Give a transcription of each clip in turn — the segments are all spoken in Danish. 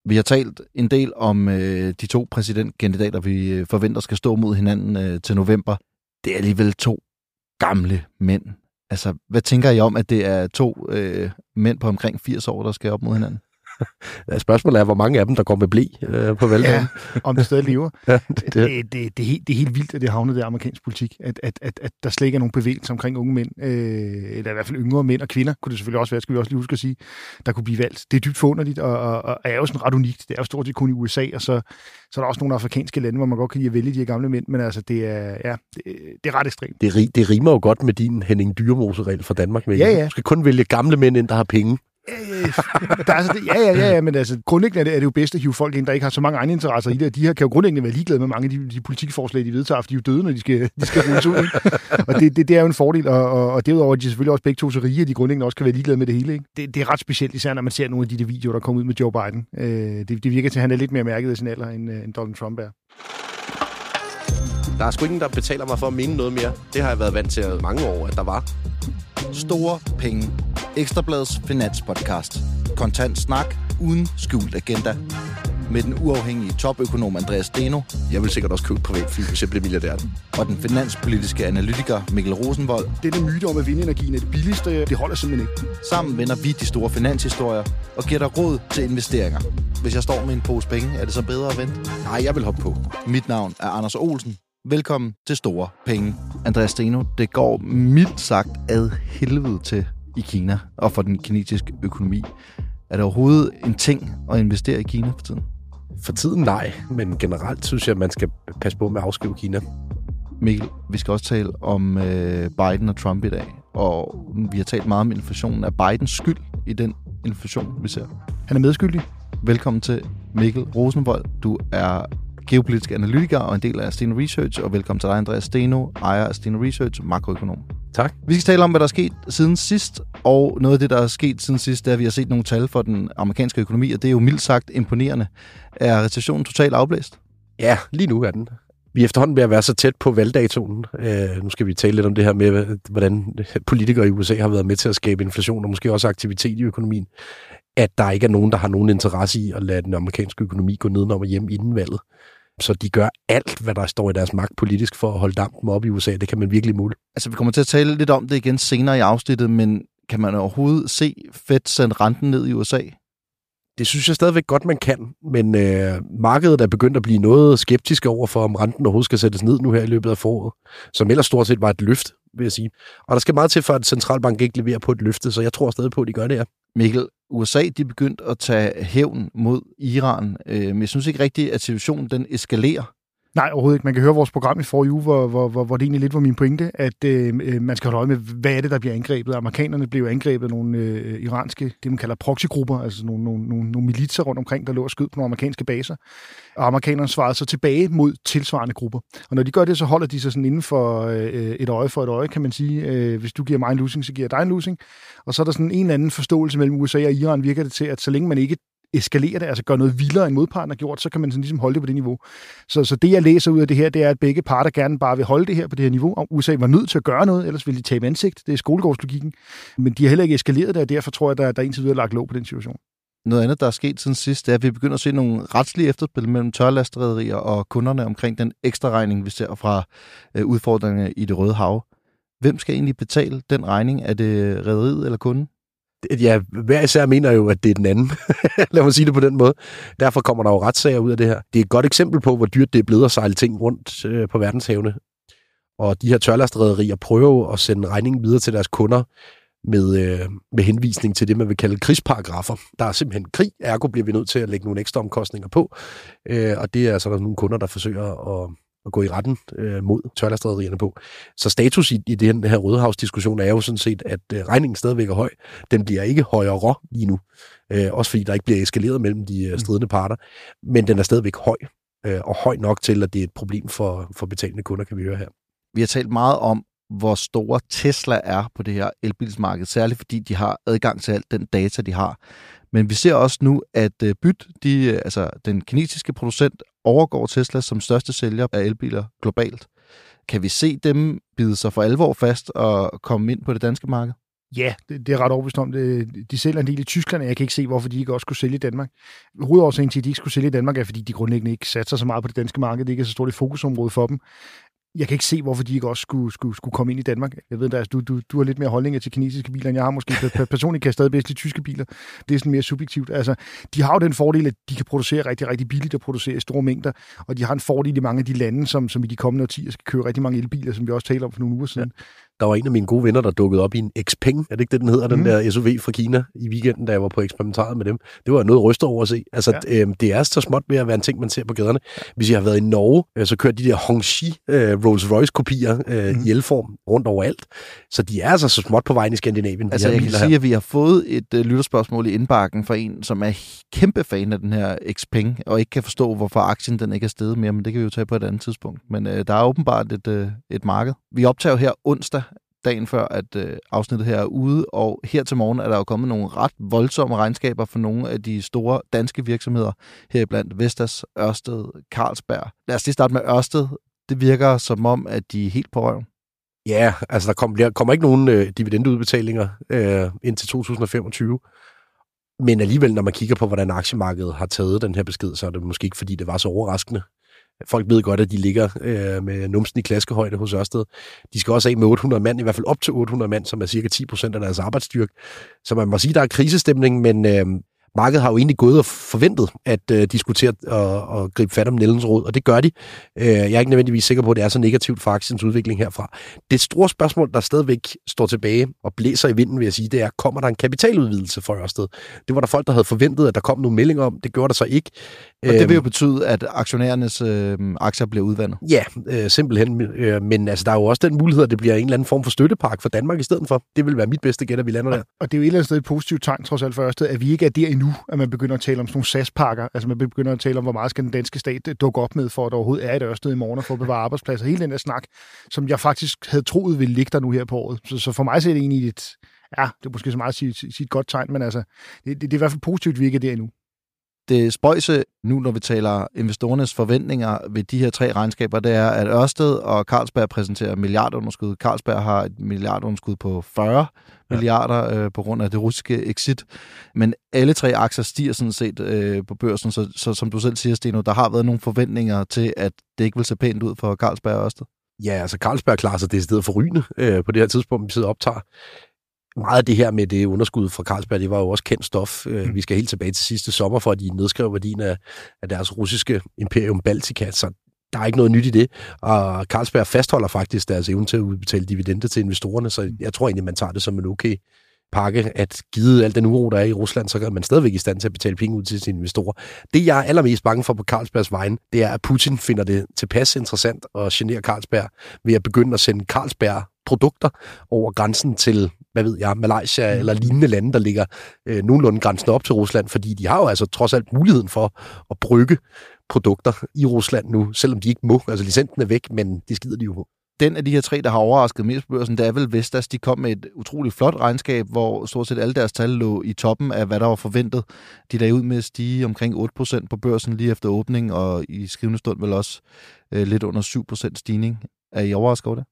Vi har talt en del om de to præsidentkandidater, vi forventer skal stå mod hinanden til november. Det er alligevel to gamle mænd. Altså, hvad tænker I om, at det er to mænd på omkring 80 år, der skal op mod hinanden? Ja, spørgsmålet er, hvor mange af dem, der går med blæ på valgdagen. Ja, om det stadig lever. Ja, det er helt vildt, at det havnede i amerikansk politik, at der slet ikke er nogen bevægelse omkring unge mænd, eller i hvert fald yngre mænd og kvinder, kunne det selvfølgelig også være, skal vi også lige huske at sige, der kunne blive valgt. Det er dybt forunderligt, og er jo sådan ret unikt. Det er jo stort set kun i USA, og så er der også nogle afrikanske lande, hvor man godt kan lide at vælge de her gamle mænd, men altså, det er ret ekstremt. Det rimer jo godt med din Henning Dyremose-regel fra Danmark. Ja. Du skal kun vælge gamle mænd ind, der har penge. Der er altså ja, men altså grundlæggende er det jo bedst at hive folk ind, der ikke har så mange egne interesser i det, og de her kan jo grundlæggende være ligeglade med mange af de politikforslag, de vedtager, for de er jo døde, når de skal rulles ud, ikke? Og det er jo en fordel, og derudover er de selvfølgelig også begge to så rige, at de grundlæggende også kan være ligeglade med det hele, ikke? Det er ret specielt, især når man ser nogle af de videoer, der kommer ud med Joe Biden. Det virker til, at han er lidt mere mærket af sin alder, end Donald Trump er. Der er sgu ingen, der betaler mig for at mene noget mere. Det har jeg været vant til mange år, at der var. Store penge. Ekstrabladets finanspodcast. Kontant snak uden skjult agenda. Med den uafhængige topøkonom Andreas Steno. Jeg vil sikkert også købe et privatfly, hvis jeg bliver milliardær. Og den finanspolitiske analytiker Mikkel Rosenvold. Denne myte om, at vindenergien er det billigste, det holder simpelthen ikke. Sammen vender vi de store finanshistorier og giver dig råd til investeringer. Hvis jeg står med en pose penge, er det så bedre at vente? Nej, jeg vil hoppe på. Mit navn er Anders Olsen. Velkommen til Store Penge. Andreas Steno, det går mildt sagt ad helvede til i Kina og for den kinesiske økonomi. Er det overhovedet en ting at investere i Kina for tiden? For tiden nej, men generelt synes jeg, at man skal passe på med at afskrive Kina. Mikkel, vi skal også tale om Biden og Trump i dag, og vi har talt meget om inflationen. Er Bidens skyld i den inflation, vi ser? Han er medskyldig. Velkommen til Mikkel Rosenvold. Du er geopolitisk analytiker og en del af Steno Research, og velkommen til dig, Andreas Steno, ejer af Steno Research, makroøkonom. Tak. Vi skal tale om, hvad der er sket siden sidst, og noget af det, der er sket siden sidst, det er, at vi har set nogle tal for den amerikanske økonomi, og det er jo mildt sagt imponerende. Er recessionen totalt afblæst? Ja, lige nu er den. Vi er efterhånden ved at være så tæt på valgdatoen. Nu skal vi tale lidt om det her med, hvordan politikere i USA har været med til at skabe inflation, og måske også aktivitet i økonomien. At der ikke er nogen, der har nogen interesse i at lade den amerikanske økonomi gå nedenom og hjem inden valget. Så de gør alt, hvad der står i deres magt politisk for at holde dampen op i USA. Det kan man virkelig måle. Altså, vi kommer til at tale lidt om det igen senere i afsnittet, men kan man overhovedet se Fed sende renten ned i USA? Det synes jeg stadigvæk godt, man kan. Men markedet er begyndt at blive noget skeptiske over for, om renten overhovedet skal sættes ned nu her i løbet af foråret. Som ellers stort set var et løft, vil jeg sige. Og der skal meget til, for at centralbanken ikke leverer på et løfte, så jeg tror stadig på, at de gør det her. Mikkel, USA de er begyndt at tage hævn mod Iran, men jeg synes ikke rigtigt, at situationen den eskalerer. Nej, overhovedet ikke. Man kan høre vores program i forrige uge, hvor det egentlig lidt var min pointe, at man skal holde øje med, hvad er det, der bliver angrebet. Amerikanerne blev angrebet af nogle iranske, det man kalder proxygrupper, altså nogle militser rundt omkring, der lå og skød på nogle amerikanske baser. Og amerikanerne svarede så tilbage mod tilsvarende grupper. Og når de gør det, så holder de sig sådan inden for et øje for et øje, kan man sige. Hvis du giver mig en losing, så giver jeg dig en losing. Og så er der sådan en eller anden forståelse mellem USA og Iran, virker det til, at så længe man ikke eskalerer det, altså gør noget vildere end modparten har gjort, så kan man sådan ligesom holde det på det niveau. Så det, jeg læser ud af det her, det er, at begge parter gerne bare vil holde det her på det her niveau, og USA var nødt til at gøre noget, ellers ville de tabe ansigt. Det er skolegårdslogikken. Men de har heller ikke eskaleret det, og derfor tror jeg, der indtil videre lagt låg på den situation. Noget andet, der er sket siden sidst, det er, at vi begynder at se nogle retslige efterspil mellem tørlastrederier og kunderne omkring den ekstra regning, vi ser fra udfordringerne i Det Røde Hav. Hvem skal egentlig betale den regning? Er det rederiet eller kunden? Ja, hver især mener jo, at det er den anden. Lad mig sige det på den måde. Derfor kommer der jo retssager ud af det her. Det er et godt eksempel på, hvor dyrt det er blevet at sejle ting rundt på verdenshavene. Og de her tørlastrederier prøver at sende regningen videre til deres kunder med henvisning til det, man vil kalde krigsparagrafer. Der er simpelthen krig, ergo bliver vi nødt til at lægge nogle ekstra omkostninger på. Og det er altså der nogle kunder, der forsøger at gå i retten mod tørlastrederierne på. Så status i den her Rødehavsdiskussion er jo sådan set, at regningen stadigvæk er høj. Den bliver ikke højere lige nu. Også fordi der ikke bliver eskaleret mellem de stridende parter. Men den er stadigvæk høj. Og høj nok til, at det er et problem for betalende kunder, kan vi høre her. Vi har talt meget om, hvor store Tesla er på det her elbilsmarked, særligt fordi de har adgang til alt den data, de har. Men vi ser også nu, at Byt, altså den kinesiske producent, overgår Tesla som største sælger af elbiler globalt. Kan vi se dem bide sig for alvor fast og komme ind på det danske marked? Ja, det er ret overbevist om. De sælger en del i Tyskland, og jeg kan ikke se, hvorfor de ikke også skulle sælge i Danmark. Hovedårsagen til, at de ikke skulle sælge i Danmark, er, fordi de grundlæggende ikke satser så meget på det danske marked. Det ikke er så stort et fokusområde for dem. Jeg kan ikke se, hvorfor de ikke også skulle komme ind i Danmark. Jeg ved, at du har lidt mere holdninger til kinesiske biler, end jeg har måske. Personligt kan jeg stadig bedst lide tyske biler. Det er sådan mere subjektivt. Altså, de har jo den fordel, at de kan producere rigtig, rigtig billigt og producere i store mængder, og de har en fordel i mange af de lande, som i de kommende årtier skal købe rigtig mange elbiler, som vi også talte om for nogle uger siden. Ja. Der var en af mine gode venner, der dukkede op i en Xpeng. Er det ikke det, den hedder, den der SUV fra Kina i weekenden, da jeg var på eksperimentaret med dem? Det var noget ryster over at se. Altså, det er så småt med at være en ting, man ser på gaderne. Hvis jeg har været i Norge, så kører de der Hongqi Rolls-Royce-kopier i elform rundt overalt. Så de er altså så småt på vejen i Skandinavien. Altså, jeg kan sige, at vi har fået et lytterspørgsmål i indbakken fra en, som er kæmpe fan af den her Xpeng, og ikke kan forstå, hvorfor aktien den ikke er steget mere, men det kan vi jo tage på et andet tidspunkt. Men der er åbenbart et marked. Vi optager her onsdag, dagen før, at afsnittet her er ude, og her til morgen er der jo kommet nogle ret voldsomme regnskaber for nogle af de store danske virksomheder, heriblandt Vestas, Ørsted, Carlsberg. Lad os lige starte med Ørsted. Det virker som om, at de er helt på røven. Ja, altså der kommer ikke nogen dividendeudbetalinger indtil 2025. Men alligevel, når man kigger på, hvordan aktiemarkedet har taget den her besked, så er det måske ikke, fordi det var så overraskende. Folk ved godt, at de ligger med numsen i klaskehøjde hos Ørsted. De skal også af med 800 mand, i hvert fald op til 800 mand, som er cirka 10% af deres arbejdsstyrke. Så man må sige, at der er krisestemning, men markedet har jo egentlig gået og forventet, at de skulle til at gribe fat om nældens rod, og det gør de. Jeg er ikke nødvendigvis sikker på, at det er så negativt for aktiens udvikling herfra. Det store spørgsmål, der stadigvæk står tilbage og blæser i vinden, vil jeg sige, det er, kommer der en kapitaludvidelse for Ørsted? Det var der folk, der havde forventet, at der kom nogle meldinger om. Det gjorde der så ikke. Og det vil jo betyde, at aktionærernes aktier bliver udvandet? Ja, simpelthen. Men altså, der er jo også den mulighed, at det bliver en eller anden form for støttepark for Danmark i stedet for. Det vil være mit bedste gæt, at vi lander der. Og det er jo et eller andet sted et positivt tegn, trods alt for Ørsted, at vi ikke er der endnu, at man begynder at tale om sådan nogle SAS-pakker. Altså man begynder at tale om, hvor meget skal den danske stat dukke op med, for at der overhovedet er et Ørsted i morgen, og for at bevare arbejdspladser. Hele den der snak, som jeg faktisk havde troet ville ligge der nu her på året. Så for mig så er det egentlig det er måske så meget at sige et godt tegn, men altså, det er i hvert fald positivt, at vi ikke er der endnu. Det spøjse nu, når vi taler investorernes forventninger ved de her tre regnskaber, det er, at Ørsted og Carlsberg præsenterer milliardunderskud. Carlsberg har et milliardunderskud på 40 milliarder på grund af det russiske exit. Men alle tre aktier stiger sådan set på børsen, så som du selv siger, Steno, der har været nogle forventninger til, at det ikke vil se pænt ud for Carlsberg og Ørsted. Ja, altså Carlsberg klarer sig decideret forrygende på det her tidspunkt, vi sidder og optager. Meget af det her med det underskud fra Carlsberg, det var jo også kendt stof. Vi skal helt tilbage til sidste sommer, for at de nedskrev værdien af deres russiske Imperium Baltica, så der er ikke noget nyt i det. Og Carlsberg fastholder faktisk deres evne til at udbetale dividende til investorerne, så jeg tror egentlig, man tager det som en okay pakke, at givet al den uro, der er i Rusland, så er man stadigvæk i stand til at betale penge ud til sine investorer. Det, jeg er allermest bange for på Carlsbergs vegne, det er, at Putin finder det tilpas interessant at genere Carlsberg ved at begynde at sende Carlsberg-produkter over grænsen til, Malaysia eller lignende lande, der ligger nogenlunde grænsen op til Rusland, fordi de har jo altså trods alt muligheden for at brygge produkter i Rusland nu, selvom de ikke må. Altså licensen er væk, men det skider de jo på. Den af de her tre, der har overrasket mest på børsen, det er vel Vestas. De kom med et utroligt flot regnskab, hvor stort set alle deres tal lå i toppen af, hvad der var forventet. De lagde ud med at stige omkring 8% på børsen lige efter åbning, og i skrivende stund vel også lidt under 7% stigning. Er I overrasket over det?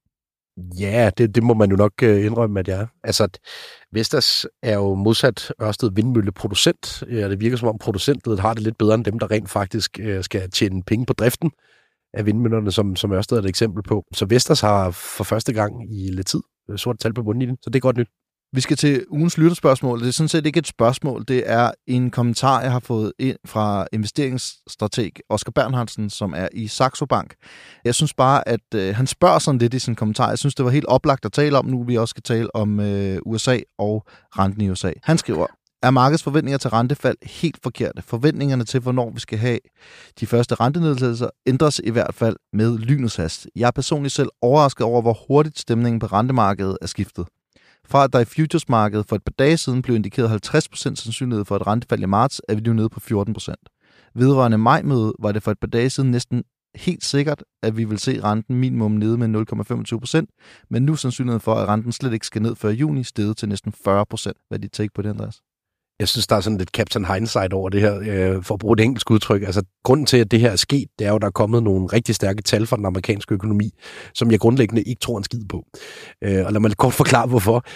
Ja, det må man jo nok indrømme, at jeg er. Altså, Vestas er jo modsat Ørsted vindmølleproducent. Det virker som om producentledet har det lidt bedre end dem, der rent faktisk skal tjene penge på driften af vindmøllerne, som Ørsted er et eksempel på. Så Vestas har for første gang i lidt tid sort tal på bundlinjen, så det er godt nyt. Vi skal til ugens lytterspørgsmål. Det er sådan set ikke et spørgsmål, det er en kommentar, jeg har fået ind fra investeringsstrateg Oscar Bernhardsen, som er i Saxo Bank. Jeg synes bare, at han spørger sådan lidt i sin kommentar. Jeg synes, det var helt oplagt at tale om nu, vi også skal tale om USA og renten i USA. Han skriver: Er markedsforventninger til rentefald helt forkerte? Forventningerne til, hvornår vi skal have de første rentenedsættelser, ændres i hvert fald med lynets hast. Jeg er personligt selv overrasket over, hvor hurtigt stemningen på rentemarkedet er skiftet. Fra at der i futuresmarkedet for et par dage siden blev indikeret 50% sandsynlighed for et rentefald i marts, er vi nu nede på 14%. Vedrørende majmødet var det for et par dage siden næsten helt sikkert, at vi vil se renten minimum nede med 0,25%, men nu sandsynligheden for, at renten slet ikke skal ned før juni, steget til næsten 40%. Hvad er dit take på det, Andreas? Jeg synes, der er sådan lidt Captain Hindsight over det her, for at bruge et engelsk udtryk. Altså, grunden til, at det her er sket, det er jo, at der er kommet nogle rigtig stærke tal fra den amerikanske økonomi, som jeg grundlæggende ikke tror en skid på. Og lad mig kort forklare, hvorfor.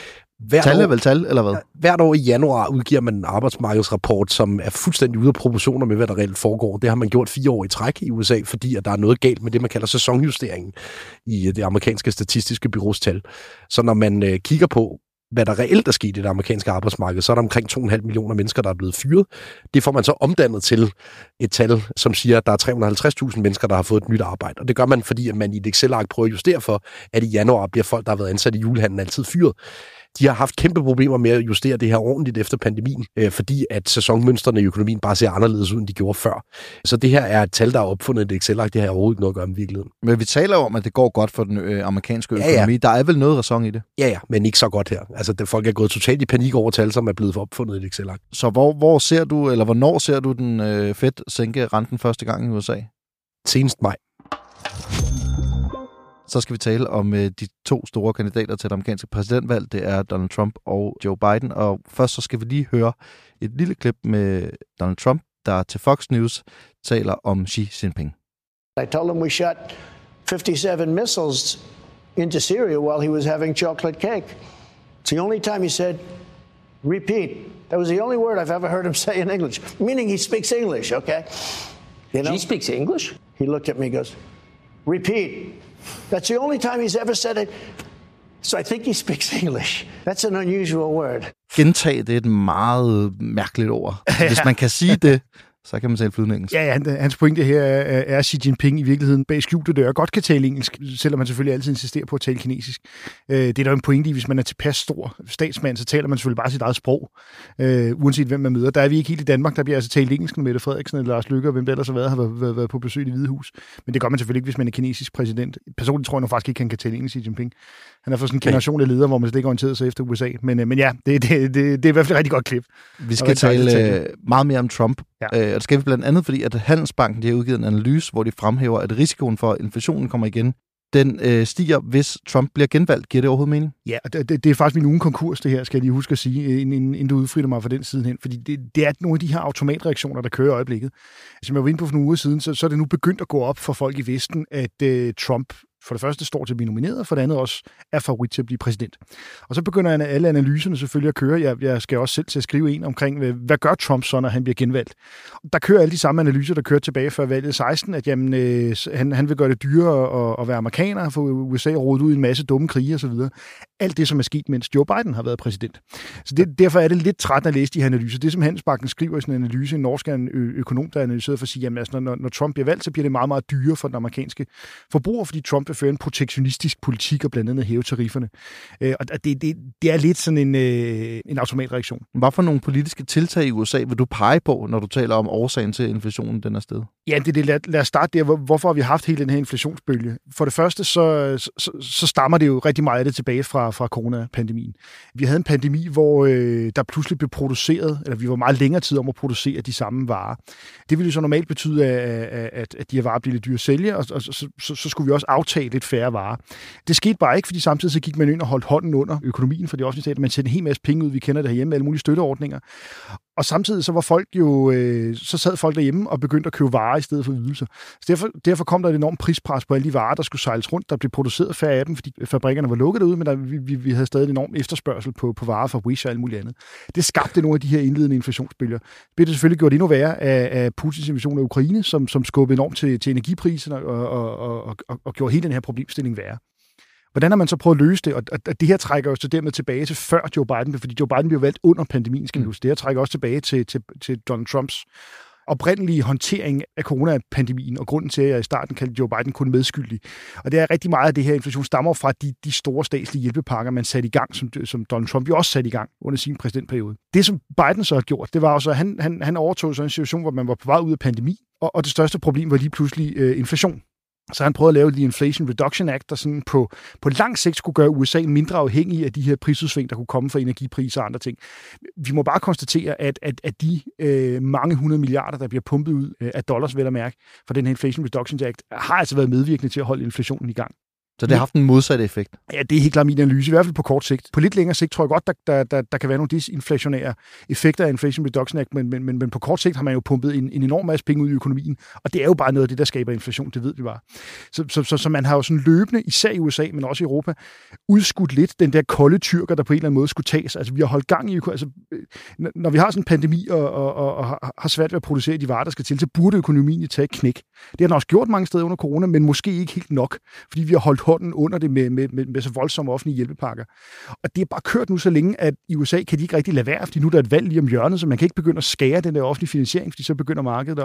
Tal er vel tal, eller hvad? Hvert år i januar udgiver man en arbejdsmarkedsrapport, som er fuldstændig ude af proportioner med, hvad der reelt foregår. Det har man gjort 4 år i træk i USA, fordi at der er noget galt med det, man kalder sæsonjusteringen i det amerikanske statistiske bureaus tal. Så når man kigger på, hvad der reelt er sket i det amerikanske arbejdsmarked, så er der omkring 2,5 millioner mennesker, der er blevet fyret. Det får man så omdannet til et tal, som siger, at der er 350.000 mennesker, der har fået et nyt arbejde. Og det gør man, fordi at man i et Excel-ark prøver at justere for, at i januar bliver folk, der har været ansat i julehandlen, altid fyret. De har haft kæmpe problemer med at justere det her ordentligt efter pandemien, fordi at sæsonmønstrene i økonomien bare ser anderledes ud, end de gjorde før. Så det her er et tal, der er opfundet i et Excel-ark. Det har overhovedet ikke noget at gøre med virkeligheden. Men vi taler om, at det går godt for den amerikanske økonomi. Ja. Der er vel noget ræson i det? Ja, men ikke så godt her. Altså, folk er gået totalt i panik over tal, som er blevet opfundet i et Excel-ark. Så hvornår ser du den Fed sænke renten første gang i USA? Senest maj. Så skal vi tale om de 2 store kandidater til det amerikanske præsidentvalg. Det er Donald Trump og Joe Biden. Og først så skal vi lige høre et lille klip med Donald Trump, der til Fox News taler om Xi Jinping. I told him we shot 57 missiles into Syria while he was having chocolate cake. It's the only time he said, repeat. That was the only word I've ever heard him say in English, meaning he speaks English, okay? You know? He speaks English? He looked at me and goes, repeat. That's the only time he's ever said it. So I think he speaks English. That's an unusual word. Gentag, det er et meget mærkeligt ord. Hvis man kan sige det, så kan man tale flydende engelsk. Ja, hans pointe her er, at Xi Jinping i virkeligheden bag skjulte døre godt kan tale engelsk, selvom man selvfølgelig altid insisterer på at tale kinesisk. Det er der en pointe i, hvis man er tilpas stor statsmand, så taler man selvfølgelig bare sit eget sprog, uanset hvem man møder. Der er vi ikke helt i Danmark, der bliver altså talt engelsk med Mette Frederiksen eller Lars Løkke, og hvem der ellers har været på besøg i Det Hvide Hus. Men det gør man selvfølgelig ikke, hvis man er kinesisk præsident. Personligt tror jeg faktisk ikke, han kan tale engelsk, Xi Jinping. Han er for sådan en generation af ledere, hvor man slet ikke orienterer sig efter USA. Men ja, det er i hvert fald et rigtig godt klip. Vi skal tale meget mere om Trump. Ja. Og det skal vi blandt andet, fordi at Handelsbanken de har udgivet en analyse, hvor de fremhæver, at risikoen for, at inflationen kommer igen, den stiger, hvis Trump bliver genvalgt. Giver det overhovedet mening? Ja, og det er faktisk min ugen konkurs, det her, skal jeg lige huske at sige, inden du udfritter mig fra den side hen. Fordi det er nogle af de her automatreaktioner, der kører i øjeblikket. Som jeg var inde på for nogle uger siden, så er det nu begyndt at gå op for folk i Vesten, at Trump for det første står til at blive nomineret, og for det andet også er favorit til at blive præsident. Og så begynder alle analyserne selvfølgelig at køre. Jeg skal også selv til at skrive en omkring, hvad gør Trump så, når han bliver genvalgt? Der kører alle de samme analyser, der kørte tilbage før valget 16, at jamen, han vil gøre det dyrere at være amerikaner, få USA rodet ud i en masse dumme krige osv. Alt det, som er sket, mens Joe Biden har været præsident. Så derfor er det lidt træt at læse de her analyser. Det, som Handelsbanken skriver i sådan en analyse, en norsk økonom, der er analyseret for at sige, jamen, altså, når Trump bliver valgt, så bliver det meget, meget dyrere for den amerikanske forbruger, fordi Trump vil føre en protektionistisk politik og blandt andet hæve tarifferne. Og det er lidt sådan en automatreaktion. Hvad for nogle politiske tiltag i USA vil du pege på, når du taler om årsagen til inflationen den er sted? Ja, lad os starte der. Hvorfor har vi haft hele den her inflationsbølge? For det første, så stammer det jo rigtig meget af det tilbage fra coronapandemien. Vi havde en pandemi, hvor der pludselig blev produceret, eller vi var meget længere tid om at producere de samme varer. Det ville jo så normalt betyde, at de her varer blev lidt dyre at sælge, og så skulle vi også aftale lidt færre varer. Det skete bare ikke, fordi samtidig så gik man ind og holdt hånden under økonomien for de offentlige stater. Man sendte en hel masse penge ud, vi kender det herhjemme, alle mulige støtteordninger. Og samtidig så var folk jo, så sad folk derhjemme og begyndte at købe varer i stedet for ydelser. Så derfor kom der et enormt prispres på alle de varer, der skulle sejles rundt. Der blev produceret færre af dem, fordi fabrikkerne var lukket derude, men vi havde stadig en enorm efterspørgsel på varer fra Wish og alt muligt andet. Det skabte nogle af de her indledende inflationsbølger. Det blev det selvfølgelig gjort endnu værre af Putins invasion af Ukraine, som skubbede enormt til energipriserne og gjorde hele den her problemstilling værre. Hvordan har man så prøvet at løse det? Og det her trækker jo så dermed tilbage til før Joe Biden, fordi Joe Biden blev valgt under pandemien, skal vi huske. Det her trækker også tilbage til Donald Trumps oprindelige håndtering af coronapandemien, og grunden til, at jeg i starten kaldte Joe Biden kun medskyldig. Og det er rigtig meget af det her inflation stammer fra de store statslige hjælpepakker, man satte i gang, som Donald Trump jo også satte i gang under sin præsidentperiode. Det, som Biden så har gjort, det var også, at han overtog sådan en situation, hvor man var på vej ud af pandemi, og det største problem var lige pludselig inflation. Så han prøvede at lave The Inflation Reduction Act, der sådan på lang sigt skulle gøre USA mindre afhængig af de her prisudsving, der kunne komme fra energipriser og andre ting. Vi må bare konstatere, at de mange 100 milliarder, der bliver pumpet ud af dollars, vel at mærke, fra den her Inflation Reduction Act, har altså været medvirkende til at holde inflationen i gang. Så det har haft en modsatte effekt? Ja, det er helt klart min analyse, i hvert fald på kort sigt. På lidt længere sigt tror jeg godt, der kan være nogle disinflationære effekter af Inflation Reduction Act, men på kort sigt har man jo pumpet en enorm masse penge ud i økonomien, og det er jo bare noget af det, der skaber inflation, det ved vi bare. Så man har jo sådan løbende, især i USA, men også i Europa, udskudt lidt den der kolde tyrker, der på en eller anden måde skulle tages. Altså vi har holdt gang i, altså, når vi har sådan en pandemi og har svært ved at producere de varer, der skal til, så burde økonomien tage et knæk. Det har den også gjort mange steder under corona, men måske ikke helt nok, fordi vi har holdt hånden under det med så voldsomme offentlige hjælpepakker. Og det er bare kørt nu så længe, at i USA kan de ikke rigtig lade være, fordi nu er der et valg lige om hjørnet, så man kan ikke begynde at skære den der offentlige finansiering, fordi så begynder markedet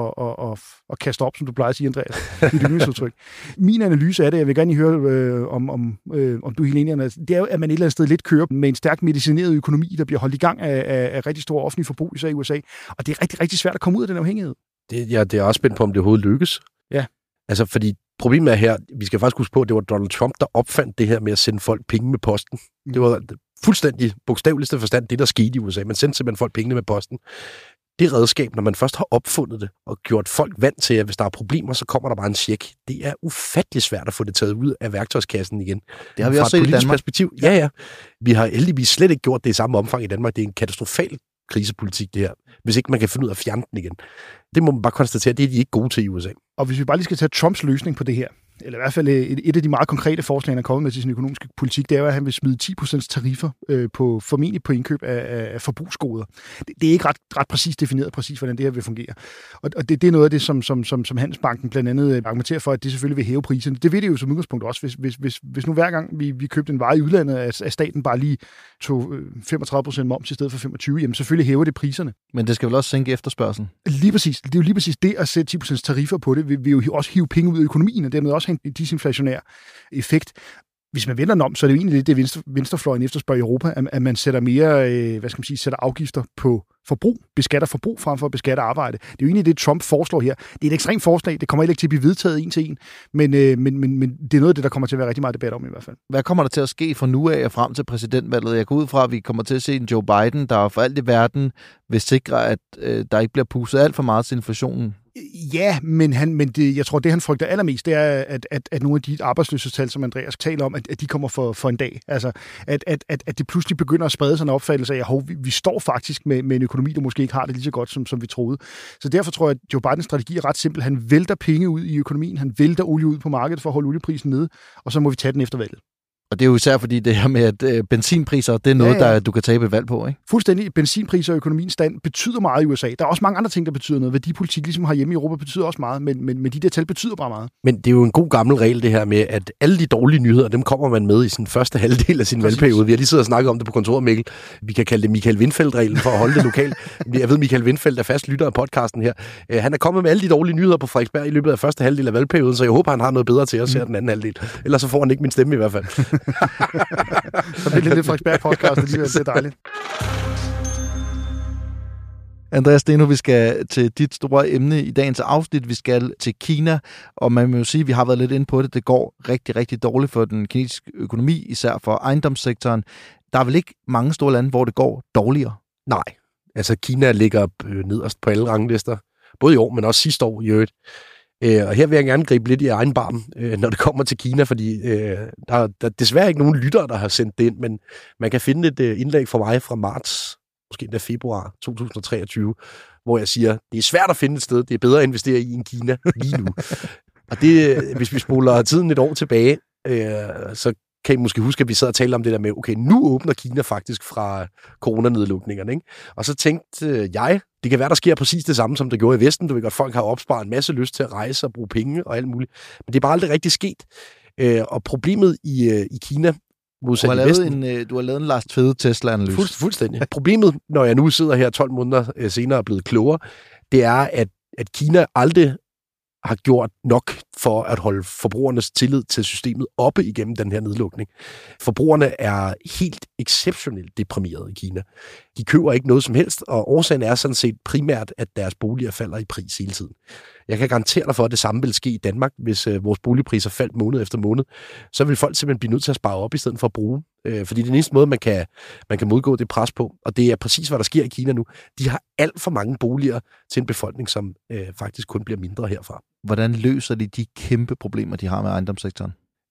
at kaste op, som du plejer at sige, Andreas. Det er det nyhedsudtryk. Min analyse er det, jeg vil gerne høre, om du er helt enig, det er jo, at man et eller andet sted lidt kører med en stærkt medicineret økonomi, der bliver holdt i gang af rigtig stor offentlig forbrug, især i USA. Og det er rigtig, rigtig svært at komme ud af den afhængighed. Det er også spændt på, om det overhovedet lykkes. Ja. Altså, fordi problemet er her, vi skal faktisk huske på, at det var Donald Trump, der opfandt det her med at sende folk penge med posten. Det var fuldstændig bogstaveligste forstand det, der skete i USA. Man sendte simpelthen folk pengene med posten. Det redskab, når man først har opfundet det og gjort folk vant til, at hvis der er problemer, så kommer der bare en check. Det er ufattelig svært at få det taget ud af værktøjskassen igen. Det har vi også set i Danmark. Perspektiv. Ja. Vi har heldigvis slet ikke gjort det i samme omfang i Danmark. Det er en katastrofal krisepolitik, det her, hvis ikke man kan finde ud af at fjerne den igen. Det må man bare konstatere, det er de ikke gode til i USA. Og hvis vi bare lige skal tage Trumps løsning på det her, eller i hvert fald et af de meget konkrete forslag, han er kommet med til sin økonomiske politik, det er, at han vil smide 10% tariffer formentlig på indkøb af forbrugsgoder. Det er ikke ret præcist defineret, hvordan det her vil fungere. Og det er noget af det, som Handelsbanken blandt andet argumenterer for, at det selvfølgelig vil hæve priserne. Det vil det jo som udgangspunkt også, hvis nu hver gang vi købte en vare i udlandet, at staten bare lige tog 35% moms i stedet for 25%, jamen selvfølgelig hæver det priserne. Men det skal vel også sænke efterspørgselen? Lige præcis. Det er jo lige præcis det at sætte 10% tariffer på det, vil jo også hive penge ud af økonomien, og dermed også have en disinflationær effekt. Hvis man vender den om, så er det jo egentlig det venstrefløjen efterspørger i Europa, at man sætter mere, sætter afgifter på forbrug, beskatter forbrug frem for at beskatte arbejde. Det er jo egentlig det, Trump foreslår her. Det er et ekstremt forslag, det kommer ikke til at blive vedtaget en til en, men det er noget af det, der kommer til at være rigtig meget debat om i hvert fald. Hvad kommer der til at ske fra nu af og frem til præsidentvalget? Jeg går ud fra, at vi kommer til at se en Joe Biden, der for alt i verden vil sikre, at der ikke bliver pusset alt for meget til inflationen. Ja, men jeg tror, det han frygter allermest, det er, at nogle af de arbejdsløshedstal, som Andreas taler om, at de kommer for en dag. Altså, at det pludselig begynder at sprede sig en opfattelse af, at vi står faktisk med en økonomi, der måske ikke har det lige så godt, som vi troede. Så derfor tror jeg, at Joe Bidens strategi er ret simpel. Han vælter penge ud i økonomien, han vælter olie ud på markedet for at holde olieprisen nede, og så må vi tage den efter valget. Og det er jo især fordi det her med, at benzinpriser, det er noget, der du kan tabe et valg på, ikke? Fuldstændig. Benzinpriser og økonomiens stand betyder meget i USA. Der er også mange andre ting, der betyder noget. Værdipolitik, ligesom herhjemme i Europa, betyder også meget, men de der tal betyder bare meget. Men det er jo en god gammel regel, det her med, at alle de dårlige nyheder, dem kommer man med i sin første halvdel af sin valgperiode. Vi har lige siddet og snakket om det på kontoret, Mikkel. Vi kan kalde det Michael Windfeldt-reglen for at holde det lokalt. Jeg ved, Michael Windfeldt er fast lytter af podcasten her. Han er kommet med alle de dårlige nyheder på Frederiksberg i løbet af første halvdel af valgperioden, så jeg håber, han har noget bedre til os her den anden halvdel. Ellers så får han ikke min stemme i hvert fald. Så det er lidt Frederiksberg-podcast, det er dejligt. Andreas Steno, vi skal til dit store emne i dagens afsnit. Vi skal til Kina, og man må jo sige, at vi har været lidt inde på det. Det går rigtig, rigtig dårligt for den kinesiske økonomi, især for ejendomssektoren. Der er vel ikke mange store lande, hvor det går dårligere? Nej, altså Kina ligger nederst på alle ranglister, både i år, men også sidste år i øvrigt. Og her vil jeg gerne gribe lidt i egen barm, når det kommer til Kina, fordi der er desværre ikke nogen lyttere, der har sendt det ind, men man kan finde et indlæg fra mig fra marts, måske endda februar 2023, hvor jeg siger, det er svært at finde et sted, det er bedre at investere i end Kina lige nu. Og det, hvis vi spoler tiden et år tilbage, så kan I måske huske, at vi sad og talte om det der med, okay, nu åbner Kina faktisk fra coronanedlukningerne, ikke? Og så tænkte jeg, det kan være, der sker præcis det samme, som der gjorde i Vesten. Du ved godt, folk har opsparet en masse lyst til at rejse og bruge penge og alt muligt. Men det er bare aldrig rigtig sket. Og problemet i Kina, modsat i Vesten... Du har lavet en Lars Fede Tesla-analyse. Fuldstændig. Problemet, når jeg nu sidder her 12 måneder senere og er blevet klogere, det er, at Kina aldrig har gjort nok for at holde forbrugernes tillid til systemet oppe igennem den her nedlukning. Forbrugerne er helt exceptionelt deprimerede i Kina. De køber ikke noget som helst, og årsagen er sådan set primært, at deres boliger falder i pris hele tiden. Jeg kan garantere dig for, at det samme vil ske i Danmark, hvis vores boligpriser faldt måned efter måned. Så vil folk simpelthen blive nødt til at spare op i stedet for at bruge. Fordi det er den eneste måde, man kan modgå det pres på. Og det er præcis, hvad der sker i Kina nu. De har alt for mange boliger til en befolkning, som faktisk kun bliver mindre herfra. Hvordan løser de kæmpe problemer, de har med ejendomssektoren?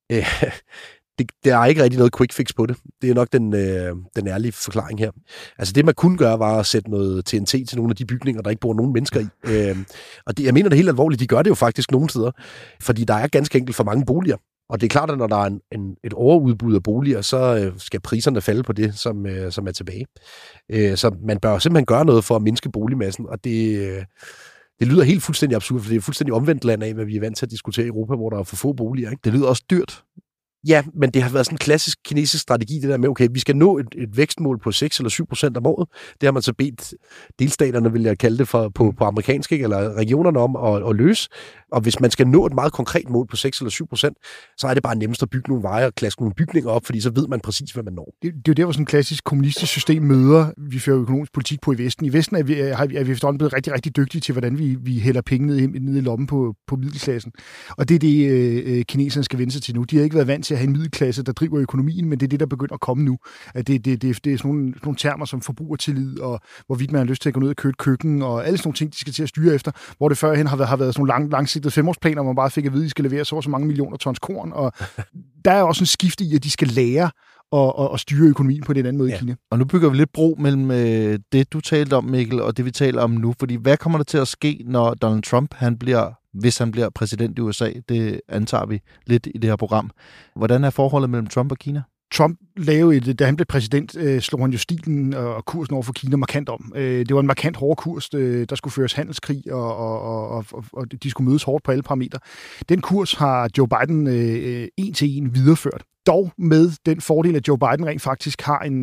Der er ikke rigtig noget quick fix på det. Det er nok den ærlige forklaring her. Altså det, man kunne gøre, var at sætte noget TNT til nogle af de bygninger, der ikke bor nogen mennesker i. Og jeg mener det helt alvorligt. De gør det jo faktisk nogle steder, fordi der er ganske enkelt for mange boliger. Og det er klart, at når der er et overudbud af boliger, så skal priserne falde på det, som er tilbage. Så man bør simpelthen gøre noget for at mindske boligmassen, og det lyder helt fuldstændig absurd, for det er fuldstændig omvendt land af, hvad vi er vant til at diskutere i Europa, hvor der er for få boliger. Ikke? Det lyder også dyrt. Ja, men det har været sådan en klassisk kinesisk strategi, det der med, okay, vi skal nå et vækstmål på 6 eller 7% om året. Det har man så bedt delstaterne, vil jeg kalde det, på amerikansk, ikke? Eller regionerne om at løse. Og hvis man skal nå et meget konkret mål på 6 eller 7%, så er det bare nemmest at bygge nogle veje og klaske nogle bygninger op, fordi så ved man præcis, hvad man når. Det er jo der, hvor sådan en klassisk kommunistisk system møder, vi fører økonomisk politik på i Vesten. I Vesten er vi efterhånden blevet rigtig, rigtig dygtige til, hvordan vi hælder penge ned i lommen på middelklassen. Og det er det, kineserne skal vende sig til nu. De har ikke været vant til at have en middelklasse, der driver økonomien, men det er det, der begynder at komme nu. At det er sådan nogle termer som forbrugertillid, og hvorvidt man har lyst til at gå ned og købe et køkken, og alle sådan nogle ting, de skal til at styre efter, hvor det førhen har været sådan nogle langsigtede 5-årsplaner, hvor man bare fik at vide, at de skal levere så mange millioner tons korn, og der er også en skifte i, at de skal lære og styre økonomien på den anden måde i Kina. Og nu bygger vi lidt bro mellem det, du talte om, Mikkel, og det, vi taler om nu, fordi hvad kommer der til at ske, når Donald Trump, hvis han bliver præsident i USA? Det antager vi lidt i det her program. Hvordan er forholdet mellem Trump og Kina? Trump da han blev præsident, slog han jo stilen og kursen over for Kina markant om. Det var en markant hård kurs, der skulle føres handelskrig, og de skulle mødes hårdt på alle parametre. Den kurs har Joe Biden en til en videreført. Dog med den fordel, at Joe Biden rent faktisk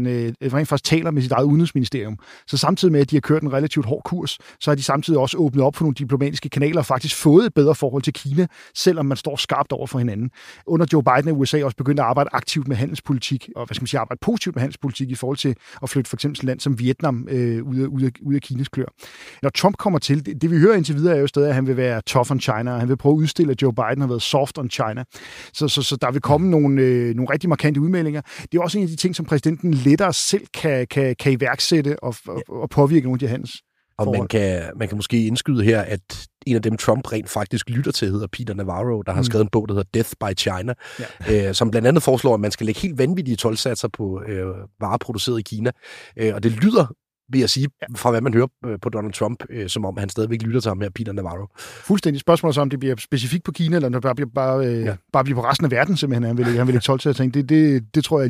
taler med sit eget udenrigsministerium. Så samtidig med, at de har kørt en relativt hård kurs, så har de samtidig også åbnet op for nogle diplomatiske kanaler og faktisk fået et bedre forhold til Kina, selvom man står skarpt over for hinanden. Under Joe Biden er USA også begyndt at arbejde aktivt med handelspolitik, og arbejde positivt med handelspolitik i forhold til at flytte for eksempel et land som Vietnam ud af Kinas klør. Når Trump kommer til, det vi hører indtil videre er jo stadig, at han vil være tough on China, og han vil prøve at udstille, at Joe Biden har været soft on China. Så der vil komme nogle rigtig markante udmeldinger. Det er også en af de ting, som præsidenten lettere selv kan iværksætte og påvirke nogle af de handels. Og man kan måske indskyde her, at en af dem, Trump rent faktisk lytter til, hedder Peter Navarro, der har skrevet en bog, der hedder Death by China, som blandt andet foreslår, at man skal lægge helt vanvittige toldsatser på varer produceret i Kina. Og det lyder, vil jeg sige, fra hvad man hører på Donald Trump, som om han stadigvæk lytter til ham her, Peter Navarro. Fuldstændig. Spørgsmålet er, om det bliver specifikt på Kina, eller om det bare bliver på resten af verden, simpelthen. Han vil ikke tolke til ting. Det tror jeg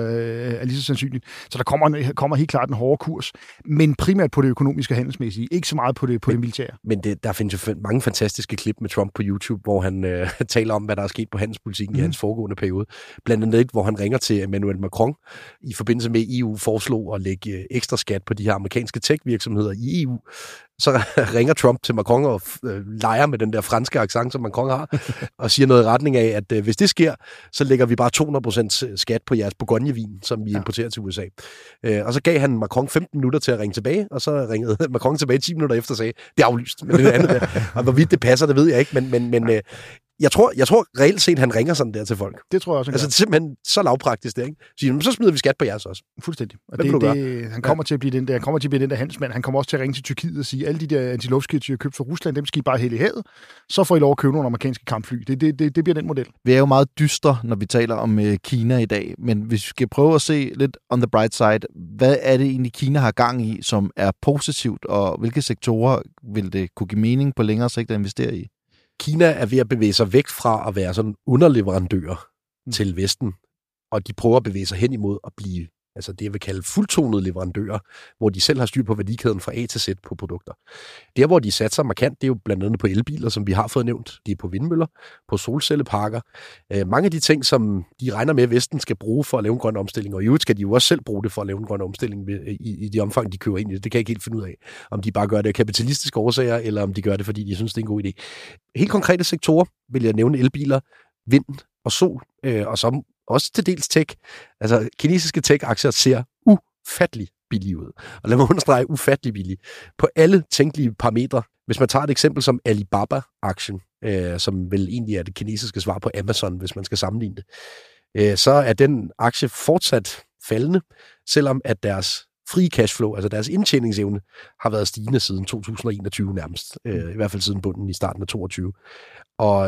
er lige så sandsynligt. Så der kommer helt klart en hård kurs, men primært på det økonomiske og handelsmæssige, ikke så meget på det militære. Men der findes jo mange fantastiske klip med Trump på YouTube, hvor han taler om, hvad der er sket på handelspolitikken i hans foregående periode. Blandt andet, hvor han ringer til Emmanuel Macron i forbindelse med EU foreslog at lægge ekstra skat på de her amerikanske tech-virksomheder i EU. Så ringer Trump til Macron og leger med den der franske accent, som Macron har, og siger noget i retning af, at hvis det sker, så lægger vi bare 200% skat på jeres Bourgogne-vin, som vi importerer til USA. Og så gav han Macron 15 minutter til at ringe tilbage, og så ringede Macron tilbage 10 minutter efter og sagde, det er aflyst. Men det andet der. Og hvorvidt det passer, det ved jeg ikke, men jeg tror reelt set, han ringer sådan der til folk. Det tror jeg også. Altså det er simpelthen så lavpraktisk det, ikke? Så smider vi skat på jeres også. Fuldstændig. Og han kommer til at blive den der handelsmand. Han kommer også til at ringe til Tyrkiet og sige, alle de der antiluftskits, de har købt fra Rusland, dem skal I bare hælde i havet. Så får I lov at købe nogle amerikanske kampfly. Det bliver den model. Vi er jo meget dystre, når vi taler om Kina i dag, men hvis vi skal prøve at se lidt on the bright side, hvad er det egentlig, Kina har gang i, som er positivt, og hvilke sektorer vil det kunne give mening på længere sigt at investere i? Kina er ved at bevæge sig væk fra at være sådan underleverandører til Vesten, og de prøver at bevæge sig hen imod at blive, altså det jeg vil kalde fuldtonede leverandører, hvor de selv har styr på værdikæden fra A til Z på produkter. Der, hvor de satser markant, det er jo blandt andet på elbiler, som vi har fået nævnt. De er på vindmøller, på solcelleparker. Mange af de ting, som de regner med, at Vesten skal bruge for at lave en grøn omstilling, og i øvrigt skal de jo også selv bruge det for at lave en grøn omstilling i de omfang, de køber ind i det. Det kan jeg ikke helt finde ud af, om de bare gør det af kapitalistiske årsager, eller om de gør det, fordi de synes, det er en god idé. Helt konkrete sektorer vil jeg nævne elbiler, vind og sol, og så også til dels tech. Altså, kinesiske tech-aktier ser ufattelig billige ud. Og lad mig understrege, ufattelig billige. På alle tænkelige parametre. Hvis man tager et eksempel som Alibaba-aktien, som vel egentlig er det kinesiske svar på Amazon, hvis man skal sammenligne det, så er den aktie fortsat faldende, selvom at deres frie cashflow, altså deres indtjeningsevne, har været stigende siden 2021 nærmest. I hvert fald siden bunden i starten af 2022. Og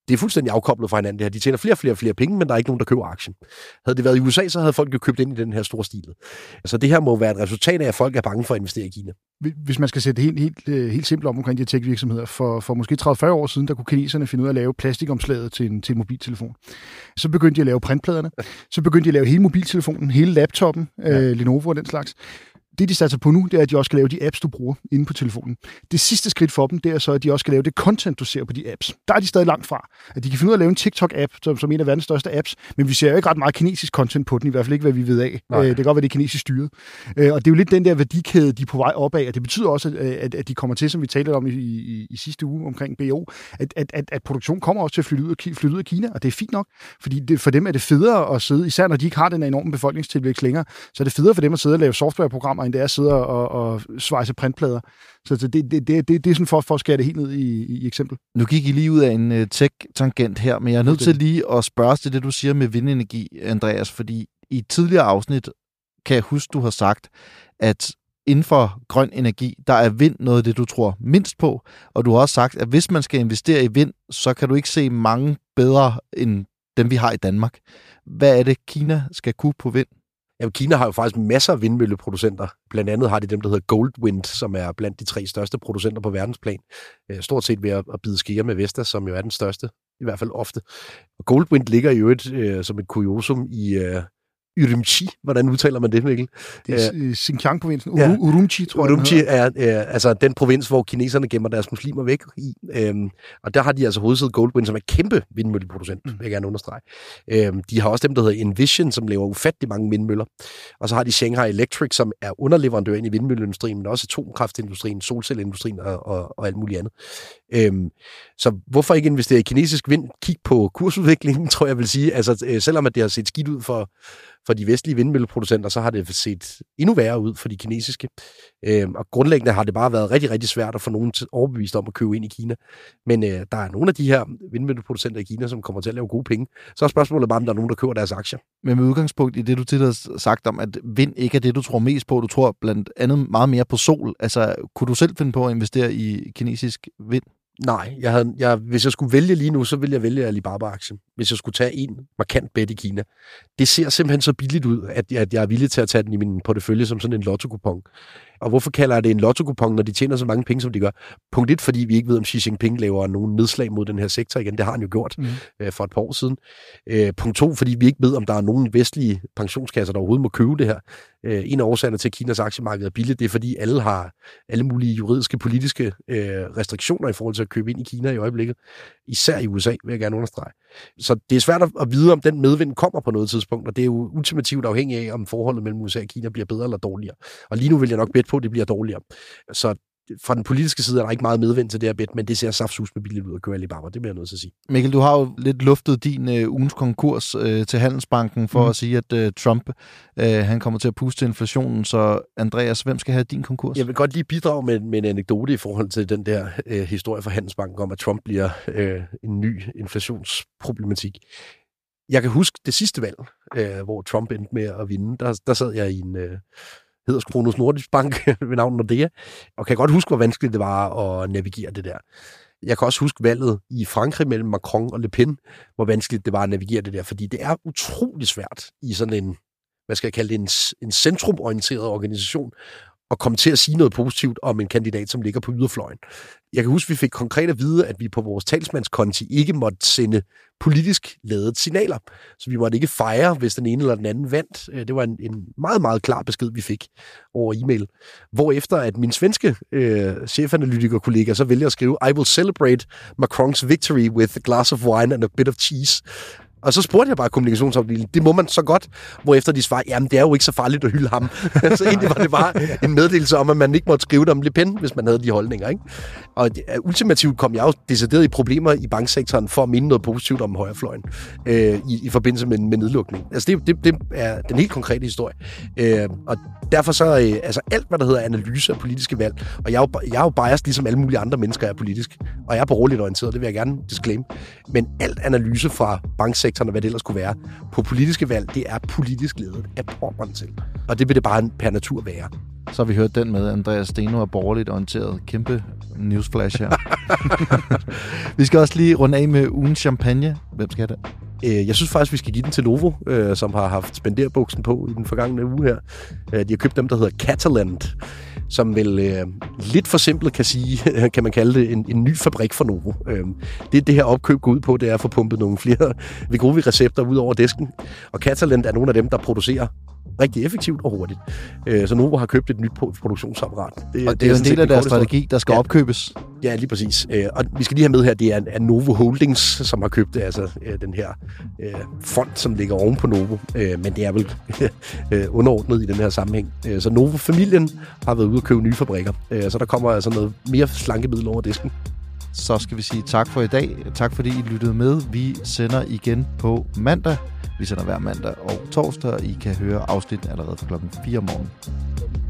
Det er fuldstændig afkoblet fra hinanden det her. De tjener flere penge, men der er ikke nogen, der køber aktien. Havde det været i USA, så havde folk jo købt ind i den her store stil. Altså det her må være et resultat af, at folk er bange for at investere i Kina. Hvis man skal sætte det helt simpelt omkring de her tech-virksomheder, for måske 30-40 år siden, der kunne kineserne finde ud af at lave plastikomslaget til en mobiltelefon. Så begyndte de at lave printpladerne. Så begyndte de at lave hele mobiltelefonen, hele laptoppen, Lenovo og den slags. Det, de satser på nu, det er, at de også skal lave de apps, du bruger inde på telefonen. Det sidste skridt for dem, det er så, at de også skal lave det content, du ser på de apps. Der er de stadig langt fra. At de kan finde ud af at lave en TikTok-app, som en af verdens største apps, men vi ser jo ikke ret meget kinesisk content på den, i hvert fald ikke, hvad vi ved af. Det kan godt være, det er kinesisk styret. Og det er jo lidt den der værdikæde, de er på vej opad, og det betyder også, at de kommer til, som vi talte om i sidste uge omkring BO, at produktion kommer også til at flytte ud af Kina, og det er fint nok, fordi for dem er det federe at sidde, især når de ikke har den enorme befolkningstilvækst længere, så er det federe for dem at sidde og lave softwareprogrammer, end det er at sidde og svejse printplader. Så det er sådan for at skære det helt ned i eksempel. Nu gik I lige ud af en tech-tangent her, men jeg er nødt til lige at spørge til det, du siger med vindenergi, Andreas, fordi i et tidligere afsnit kan jeg huske, du har sagt, at inden for grøn energi, der er vind noget af det, du tror mindst på, og du har også sagt, at hvis man skal investere i vind, så kan du ikke se mange bedre end dem, vi har i Danmark. Hvad er det, Kina skal kunne på vind? Jamen, Kina har jo faktisk masser af vindmølleproducenter. Blandt andet har de dem, der hedder Goldwind, som er blandt de 3 største producenter på verdensplan. Stort set ved at bide skære med Vestas, som jo er den største, i hvert fald ofte. Og Goldwind ligger jo som et kuriosum i Urumqi. Hvordan udtaler man det, Mikkel? Det er Xinjiang-provinsen. Urumqi, tror jeg. Urumqi er altså den provins, hvor kineserne gemmer deres muslimer væk i. Og der har de altså hovedsædet Goldwind, som er kæmpe vindmølleproducent, vil jeg gerne understrege. De har også dem, der hedder Envision, som laver ufattelig mange vindmøller. Og så har de Shanghai Electric, som er underleverandør ind i vindmølleindustrien, men også atomkraftindustrien, solcelleindustrien og alt muligt andet. Så hvorfor ikke investere i kinesisk vind? Kig på kursudviklingen, tror jeg vil sige. Altså, selvom at det har set skidt ud for de vestlige vindmølleproducenter, så har det set endnu værre ud for de kinesiske. Og grundlæggende har det bare været rigtig, rigtig svært at få nogen overbevist om at købe ind i Kina. Men der er nogle af de her vindmølleproducenter i Kina, som kommer til at lave gode penge. Så er spørgsmålet bare, om der er nogen, der køber deres aktier. Men med udgangspunkt i det, du tidligere har sagt om, at vind ikke er det, du tror mest på. Du tror blandt andet meget mere på sol. Altså, kunne du selv finde på at investere i kinesisk vind? Nej, hvis jeg skulle vælge lige nu, så ville jeg vælge Alibaba-aktien. Hvis jeg skulle tage en markant bet i Kina. Det ser simpelthen så billigt ud, at jeg er villig til at tage den i min portefølje som sådan en lotto-kupon. Og hvorfor kalder jeg det en lotto-kupon, når de tjener så mange penge, som de gør? Punkt 1, fordi vi ikke ved, om Xi Jinping laver nogen nedslag mod den her sektor igen. Det har han jo gjort for et par år siden. Punkt 2, fordi vi ikke ved, om der er nogen vestlige pensionskasser, der overhovedet må købe det her. En af årsagerne til, at Kinas aktiemarked er billigt, det er, fordi alle har alle mulige juridiske, politiske restriktioner i forhold til at købe ind i Kina i øjeblikket. Især i USA, vil jeg gerne understrege. Så det er svært at vide, om den medvind kommer på noget tidspunkt, og det er jo ultimativt afhængigt af, om forholdet mellem USA og Kina bliver bedre eller dårligere. Og lige nu vil jeg nok bette på, at det bliver dårligere. Så fra den politiske side er der ikke meget medvind til det her bet, men det ser saftsus med billigt ud at køre Alibaba, det bliver jeg nødt til at sige. Mikkel, du har jo lidt luftet din ugens konkurs til Handelsbanken for at sige, at Trump han kommer til at puste til inflationen, så Andreas, hvem skal have din konkurs? Jeg vil godt lige bidrage med en anekdote i forhold til den der historie fra Handelsbanken om, at Trump bliver en ny inflationsproblematik. Jeg kan huske det sidste valg, hvor Trump endte med at vinde. Der sad jeg i en hedder Kronos Nordisk Bank ved navn Nordea, og kan godt huske, hvor vanskeligt det var at navigere det der. Jeg kan også huske valget i Frankrig mellem Macron og Le Pen, hvor vanskeligt det var at navigere det der, fordi det er utrolig svært i sådan en, hvad skal jeg kalde det, en centrumorienteret organisation, at komme til at sige noget positivt om en kandidat, som ligger på yderfløjen. Jeg kan huske, at vi fik konkret at vide, at vi på vores talsmandskonti ikke måtte sende politisk ladede signaler. Så vi måtte ikke fejre, hvis den ene eller den anden vandt. Det var en meget, meget klar besked, vi fik over e-mail. Hvorefter at min svenske chefanalytiker-kollega så vælger at skrive, I will celebrate Macron's victory with a glass of wine and a bit of cheese. Og så spurgte jeg bare kommunikationsafdelingen, det må man så godt, hvorefter de svarede, jamen det er jo ikke så farligt at hylde ham. Så egentlig var det bare en meddelelse om, at man ikke måtte skrive det om Le Pen, hvis man havde de holdninger. Ikke? Og ultimativt kom jeg jo decideret i problemer i banksektoren for at minde noget positivt om højrefløjen i forbindelse med nedlukning. Altså det er den helt konkrete historie. Og derfor så, altså alt hvad der hedder analyse af politiske valg, og jeg er jo biased, ligesom alle mulige andre mennesker er politisk, og jeg er borgerligt orienteret, det vil jeg gerne disclaim. Men alt analyse fra banksektoren, og hvad det ellers skulle være, på politiske valg, det er politisk ledet af pommeren til. Og det vil det bare per natur være. Så har vi hørt den med Andreas Steno er borgerligt orienteret. Kæmpe newsflash her. Vi skal også lige runde af med ugens champagne. Hvem skal have det? Jeg synes faktisk, vi skal give den til Novo, som har haft spenderbuksen på i den forgangne uge her. De har købt dem, der hedder Catalent, som vel lidt for simpelt kan man kalde det en ny fabrik for Novo. Det her opkøb går ud på, det er at få pumpet nogle flere Wegovy-recepter ud over disken. Og Catalent er nogle af dem, der producerer rigtig effektivt og hurtigt. Så Novo har købt et nyt produktionsapparat. Og det er en del af deres strategi, der skal opkøbes. Ja, lige præcis. Og vi skal lige have med her, det er Novo Holdings, som har købt det, altså den her fond, som ligger oven på Novo. Men det er vel underordnet i den her sammenhæng. Så Novo-familien har været ude og købe nye fabrikker. Så der kommer altså noget mere slankemiddel over disken. Så skal vi sige tak for i dag. Tak fordi I lyttede med. Vi sender igen på mandag. Vi sender hver mandag og torsdag, og I kan høre afsnitten allerede fra klokken 4 om morgenen.